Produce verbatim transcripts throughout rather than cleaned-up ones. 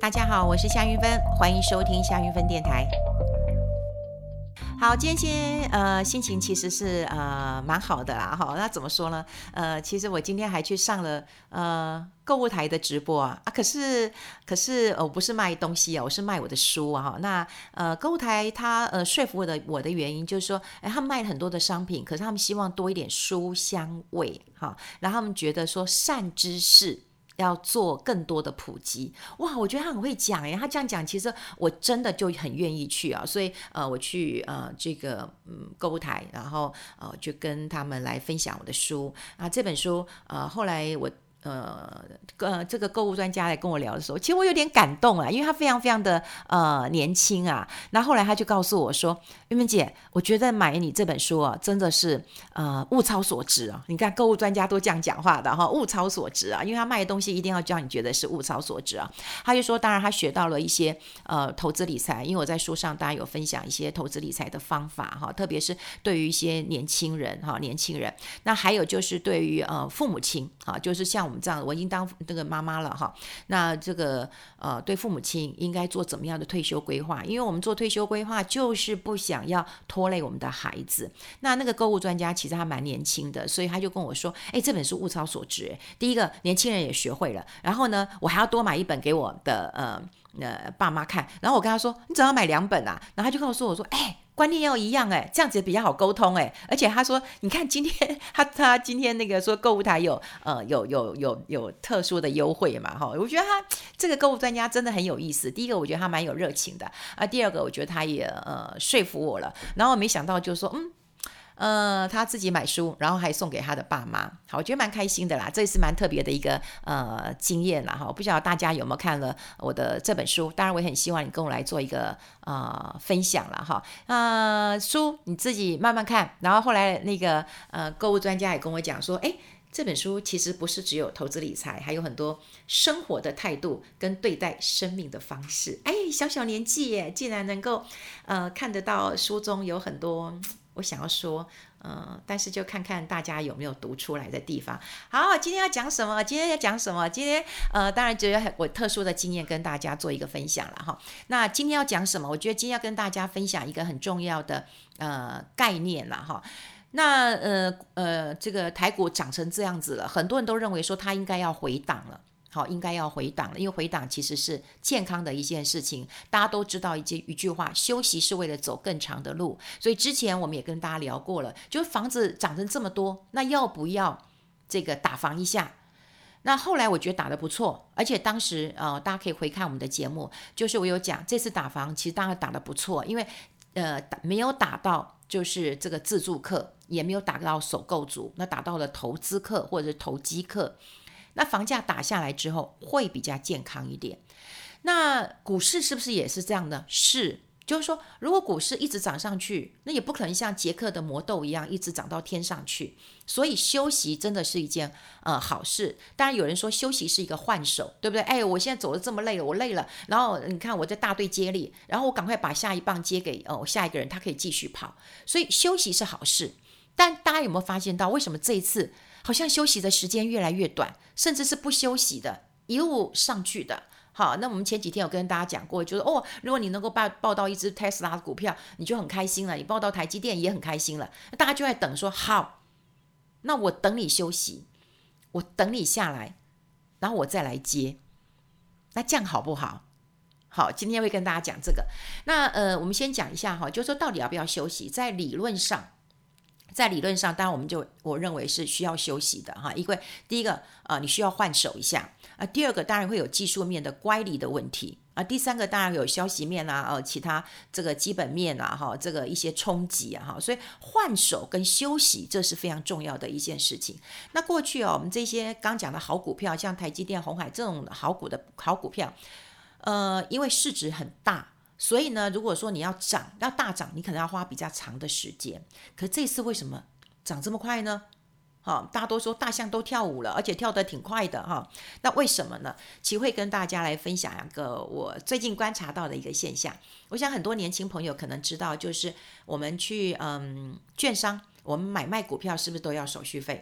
大家好，我是夏云芬，欢迎收听夏云芬电台。好，今天呃心情其实是呃蛮好的啦哈。那怎么说呢？呃，其实我今天还去上了呃购物台的直播啊，啊可是可是我、呃、不是卖东西啊，我是卖我的书啊哈。那呃购物台它呃说服我的我的原因就是说，哎，他们卖了很多的商品，可是他们希望多一点书香味哈，然后他们觉得说善知识要做更多的普及。哇，我觉得他很会讲耶，他这样讲其实我真的就很愿意去啊，所以呃我去呃这个嗯购物台，然后呃就跟他们来分享我的书啊。这本书呃后来我呃呃这个购物专家来跟我聊的时候，其实我有点感动啊，因为他非常非常的呃年轻啊。那后来他就告诉我说，玉芬姐，我觉得买你这本书啊，真的是呃物超所值啊！你看购物专家都这样讲话的哈，物超所值啊，因为他卖的东西一定要叫你觉得是物超所值啊。他就说，当然他学到了一些呃投资理财，因为我在书上当然有分享一些投资理财的方法哈，特别是对于一些年轻人哈，年轻人。那还有就是对于呃父母亲啊，就是像我们这样，我已经当这个妈妈了哈，那这个呃对父母亲应该做怎么样的退休规划？因为我们做退休规划就是不想要拖累我们的孩子。那那个购物专家其实他蛮年轻的，所以他就跟我说，哎，这本书物超所值。第一个，年轻人也学会了，然后呢，我还要多买一本给我的呃呃爸妈看。然后我跟他说，你只要买两本啊？然后他就跟我说，我说，哎。观念要一样哎，这样子比较好沟通哎。而且他说，你看今天他他今天那个说购物台有呃有有有有特殊的优惠嘛哈，我觉得他这个购物专家真的很有意思。第一个我觉得他蛮有热情的啊，第二个我觉得他也呃说服我了。然后我没想到就是说嗯。呃，他自己买书，然后还送给他的爸妈，好，我觉得蛮开心的啦，这是蛮特别的一个呃经验啦哈。我不知道大家有没有看了我的这本书，当然我也很希望你跟我来做一个呃分享啦哈。呃，书你自己慢慢看，然后后来那个呃购物专家也跟我讲说，哎。这本书其实不是只有投资理财，还有很多生活的态度跟对待生命的方式。哎，小小年纪耶，竟然能够呃看得到书中有很多我想要说，呃，但是就看看大家有没有读出来的地方。好，今天要讲什么？今天要讲什么？今天呃，当然觉得我特殊的经验跟大家做一个分享了哈。那今天要讲什么？我觉得今天要跟大家分享一个很重要的呃概念了哈。那呃呃，这个台股涨成这样子了，很多人都认为说它应该要回档了。好，应该要回档了，因为回档其实是健康的一件事情。大家都知道一句一句话，休息是为了走更长的路。所以之前我们也跟大家聊过了，就是房子涨成这么多，那要不要这个打房一下？那后来我觉得打得不错，而且当时呃，大家可以回看我们的节目，就是我有讲这次打房其实当然打得不错，因为呃没有打到就是这个自住客，也没有打到首购族，那打到了投资客或者是投机客。那房价打下来之后会比较健康一点。那股市是不是也是这样的？是，就是说如果股市一直涨上去，那也不可能像捷克的魔豆一样一直涨到天上去。所以休息真的是一件呃好事。当然有人说休息是一个换手，对不对？哎，我现在走得这么累了，我累了，然后你看我在大队接力，然后我赶快把下一棒接给哦下一个人，他可以继续跑。所以休息是好事。但大家有没有发现到，为什么这一次好像休息的时间越来越短，甚至是不休息的，一路上去的？好，那我们前几天有跟大家讲过，就是哦，如果你能够报报到一只 Tesla 的股票，你就很开心了；你报到台积电也很开心了。那大家就在等说，好，那我等你休息，我等你下来，然后我再来接。那这样好不好？好，今天会跟大家讲这个。那呃，我们先讲一下哈，就是说到底要不要休息？在理论上。在理论上，当然我们就我认为是需要休息的哈，因为第一个呃你需要换手一下啊，第二个当然会有技术面的乖离的问题啊，第三个当然有消息面啊，呃其他这个基本面啊哈，这个一些冲击啊哈，所以换手跟休息这是非常重要的一件事情。那过去哦，我们这些刚讲的好股票，像台积电、鸿海这种好股的好股票，呃，因为市值很大。所以呢，如果说你要涨，要大涨，你可能要花比较长的时间。可是这次为什么涨这么快呢？哈，大家都说大象都跳舞了，而且跳得挺快的哈。那为什么呢？其实会跟大家来分享一个我最近观察到的一个现象。我想很多年轻朋友可能知道，就是我们去嗯券商，我们买卖股票是不是都要手续费？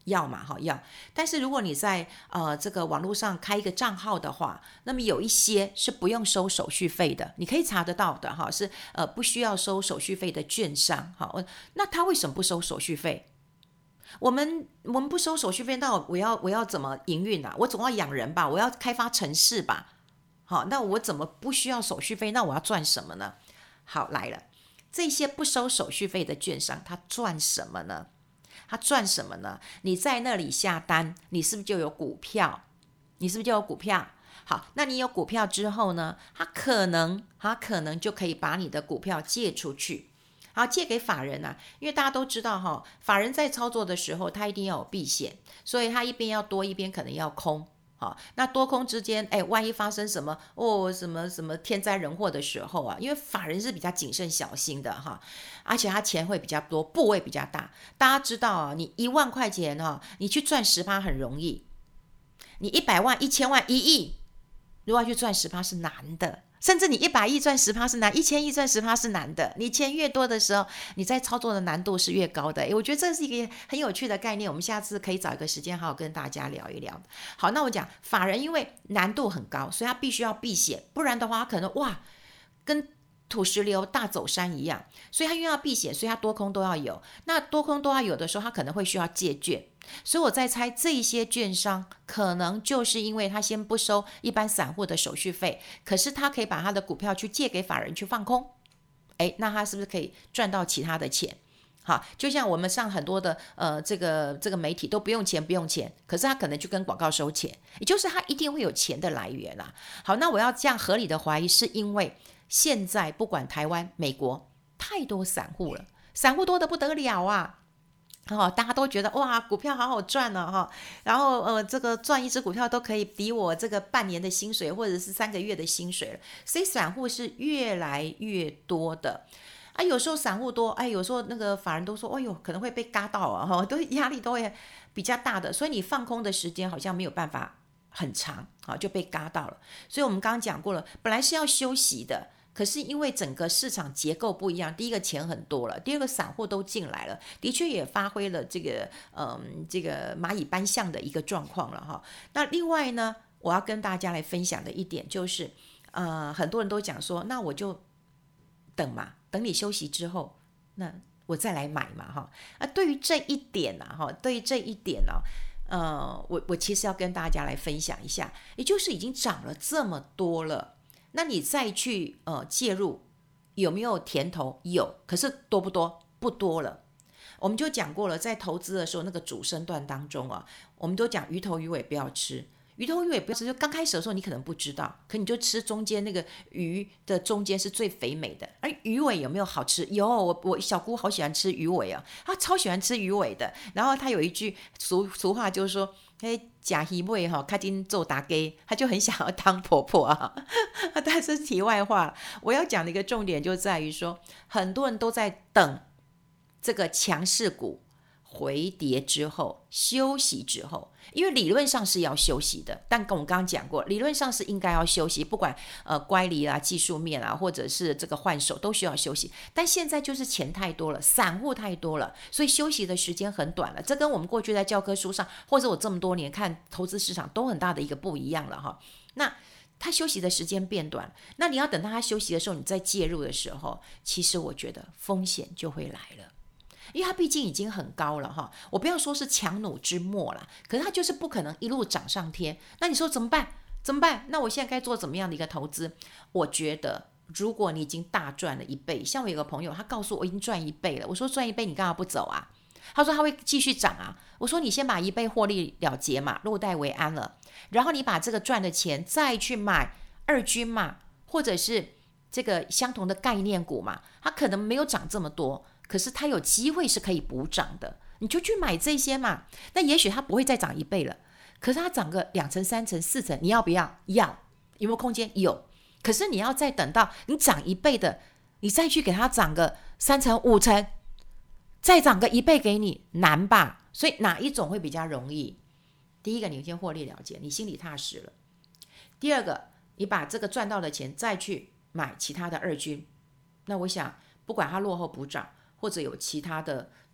要嘛哈要，但是如果你在呃这个网络上开一个账号的话，那么有一些是不用收手续费的，你可以查得到的哈，是呃不需要收手续费的券商哈。那他为什么不收手续费？我们我们不收手续费，那我要我要怎么营运啊？我总要养人吧，我要开发城市吧，好，那我怎么不需要手续费？那我要赚什么呢？好，来了，这些不收手续费的券商，他赚什么呢？他赚什么呢？你在那里下单，你是不是就有股票？你是不是就有股票？好，那你有股票之后呢？他可能，他可能就可以把你的股票借出去，好，借给法人啊。因为大家都知道哈，法人在操作的时候，他一定要有避险，所以他一边要多，一边可能要空。好，那多空之间，哎，万一发生什么哦，什么什么天灾人祸的时候啊，因为法人是比较谨慎小心的哈，而且他钱会比较多，部位比较大。大家知道啊，你一万块钱哈，你去赚十趴很容易，你一百万、一千万、一亿，如果要去赚十趴是难的。甚至你一百亿赚十趴是难，一千亿赚十趴是难的。你钱越多的时候，你在操作的难度是越高的。诶，我觉得这是一个很有趣的概念，我们下次可以找一个时间好好跟大家聊一聊。好，那我讲法人因为难度很高，所以他必须要避险，不然的话他可能哇跟土石流大走山一样，所以他因为要避险，所以他多空都要有。那多空都要有的时候，他可能会需要借券。所以我在猜，这一些券商可能就是因为他先不收一般散户的手续费，可是他可以把他的股票去借给法人去放空，诶，那他是不是可以赚到其他的钱？好，就像我们上很多的呃这个这个媒体都不用钱不用钱，可是他可能就跟广告收钱，也就是他一定会有钱的来源啦。好，那我要这样合理的怀疑，是因为现在不管台湾、美国，太多散户了，散户多得不得了啊。哦，大家都觉得哇，股票好好赚哦，哈，然后呃，这个赚一只股票都可以抵我这个半年的薪水，或者是三个月的薪水了，所以散户是越来越多的。啊，有时候散户多，哎，有时候那个法人都说，哎呦，可能会被嘎到啊，哈，都压力都会比较大的，所以你放空的时间好像没有办法很长，好就被嘎到了。所以我们刚刚讲过了，本来是要休息的。可是因为整个市场结构不一样，第一个钱很多了，第二个散户都进来了，的确也发挥了这个嗯这个蚂蚁搬象的一个状况了哈。那另外呢，我要跟大家来分享的一点就是，呃，很多人都讲说，那我就等嘛，等你休息之后，那我再来买嘛哈。啊，对于这一点啊哈，对于这一点呢、啊。呃，我我其实要跟大家来分享一下，也就是已经涨了这么多了。那你再去呃介入有没有甜头？有，可是多不多？不多了。我们就讲过了，在投资的时候那个主升段当中啊，我们都讲鱼头鱼尾不要吃，鱼头鱼尾不要吃。就刚开始的时候你可能不知道，可你就吃中间那个鱼的中间是最肥美的，而鱼尾有没有好吃？有，我我小姑好喜欢吃鱼尾啊，她超喜欢吃鱼尾的。然后她有一句俗俗话就是说。嘿，假鱼尾哈，开金做打给，她就很想要当婆婆啊。但是题外话，我要讲的一个重点就在于说，很多人都在等这个强势股回跌之后休息之后，因为理论上是要休息的，但跟我们刚刚讲过，理论上是应该要休息，不管呃乖离啊、技术面啊，或者是这个换手都需要休息。但现在就是钱太多了，散户太多了，所以休息的时间很短了。这跟我们过去在教科书上，或者我这么多年看投资市场都很大的一个不一样了哈。那他休息的时间变短，那你要等到他休息的时候，你再介入的时候，其实我觉得风险就会来了。因为它毕竟已经很高了哈，我不要说是强弩之末啦，可是它就是不可能一路涨上天。那你说怎么办？怎么办？那我现在该做怎么样的一个投资？我觉得，如果你已经大赚了一倍，像我有个朋友，他告诉我我已经赚一倍了，我说赚一倍你干嘛不走啊？他说他会继续涨啊。我说你先把一倍获利了结嘛，落袋为安了，然后你把这个赚的钱再去买二军嘛，或者是这个相同的概念股嘛，它可能没有涨这么多。可是它有机会是可以补涨的，你就去买这些嘛。那也许它不会再涨一倍了，可是它涨个两成、三成、四成，你要不要？要。有没有空间？有。可是你要再等到你涨一倍的，你再去给它涨个三成、五成，再涨个一倍给你，难吧？所以哪一种会比较容易？第一个，你先获利了结，你心里踏实了。第二个，你把这个赚到的钱再去买其他的二军，那我想不管它落后补涨。或者有其他的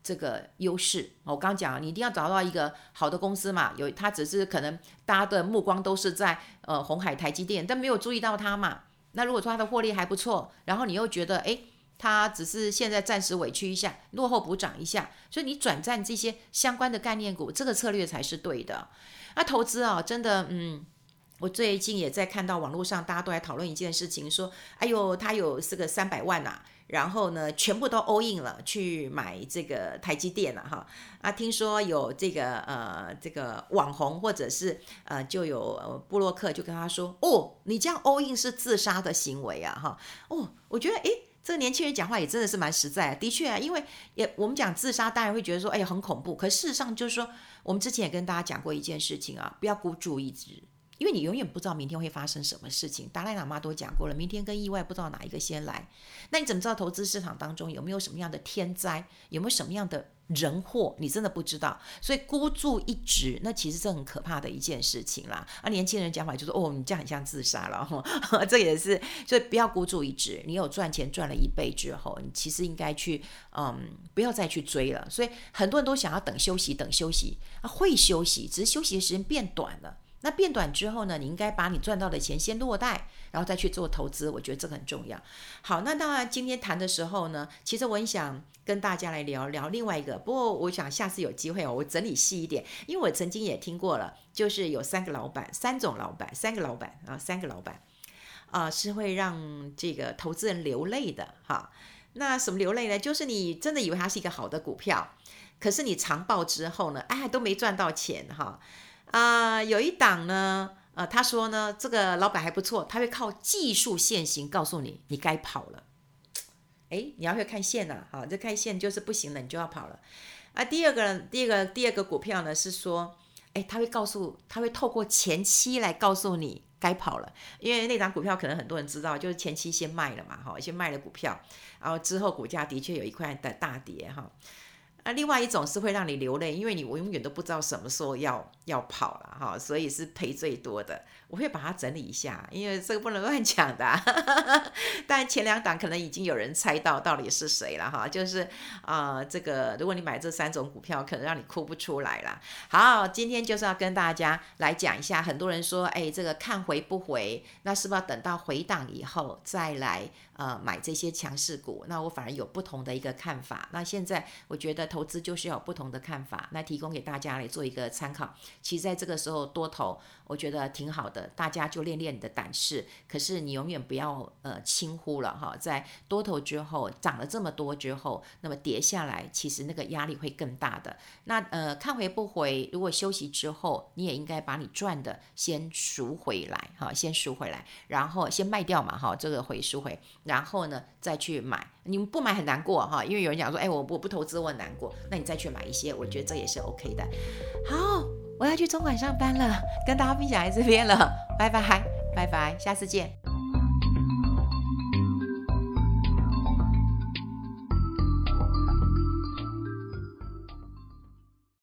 这个优势。我刚刚讲，你一定要找到一个好的公司嘛，有它只是可能大家的目光都是在呃鸿海、台积电，但没有注意到它嘛。那如果说它的获利还不错，然后你又觉得哎，它只是现在暂时委屈一下，落后补涨一下，所以你转战这些相关的概念股，这个策略才是对的。那投资啊，真的，嗯。我最近也在看到网络上大家都在讨论一件事情，说，哎呦，他有这个三百万呐、啊，然后呢，全部都 all in 了，去买这个台积电了哈。啊，听说有这个呃这个网红或者是呃就有呃部落客就跟他说，哦，你这样 all in 是自杀的行为啊哈。哦，我觉得诶。这个年轻人讲话也真的是蛮实在的，的确啊，因为也我们讲自杀，当然会觉得说，哎呀很恐怖。可事实上就是说，我们之前也跟大家讲过一件事情啊，不要孤注一掷。因为你永远不知道明天会发生什么事情，达赖喇嘛都讲过了，明天跟意外不知道哪一个先来。那你怎么知道投资市场当中有没有什么样的天灾，有没有什么样的人祸，你真的不知道。所以孤注一掷，那其实是很可怕的一件事情啦。啊，年轻人讲法就是哦，你这样很像自杀了哈，这也是，所以不要孤注一掷。你有赚钱赚了一倍之后，你其实应该去嗯，不要再去追了。所以很多人都想要等休息，等休息啊，会休息，只是休息的时间变短了。那变短之后呢，你应该把你赚到的钱先落袋，然后再去做投资，我觉得这个很重要。好，那当然今天谈的时候呢，其实我很想跟大家来聊聊另外一个，不过我想下次有机会哦，我整理细一点，因为我曾经也听过了，就是有三个老板，三种老板，三个老板啊，三个老板啊、呃，是会让这个投资人流泪的哈。那什么流泪呢？就是你真的以为它是一个好的股票，可是你长报之后呢，哎，都没赚到钱哈。啊、呃，有一档呢，呃，他说呢，这个老板还不错，他会靠技术线型告诉你，你该跑了。哎，你要会看线呐、啊，好，这看线就是不行了，你就要跑了。啊，第二个，第二个，第二个股票呢是说，哎，他会告诉，他会透过前期来告诉你该跑了，因为那档股票可能很多人知道，就是前期先卖了嘛，哈，先卖了股票，然后之后股价的确有一块的大跌哈。啊，另外一种是会让你流泪，因为你我永远都不知道什么时候要要跑了哈，所以是赔最多的。我会把它整理一下，因为这个不能乱讲的、啊。但前两档可能已经有人猜到到底是谁了哈，就是啊、呃，这个如果你买这三种股票，可能让你哭不出来啦。好，今天就是要跟大家来讲一下，很多人说，哎，这个看回不回，那是不是要等到回档以后再来呃买这些强势股？那我反而有不同的一个看法。那现在我觉得投资就是要有不同的看法，那提供给大家来做一个参考。其实在这个时候多头，我觉得挺好的，大家就练练你的胆识。可是你永远不要呃轻忽了哈，在多头之后涨了这么多之后，那么跌下来，其实那个压力会更大的。那呃看回不回，如果休息之后，你也应该把你赚的先赎回来哈，先赎回来，然后先卖掉嘛哈，这个回赎回，然后呢再去买。你们不买很难过哈，因为有人讲说，哎，我我不投资我很难过，那你再去买一些，我觉得这也是 OK 的。好，我要去中馆上班了，跟大家分享在这边了，拜拜拜拜，下次见。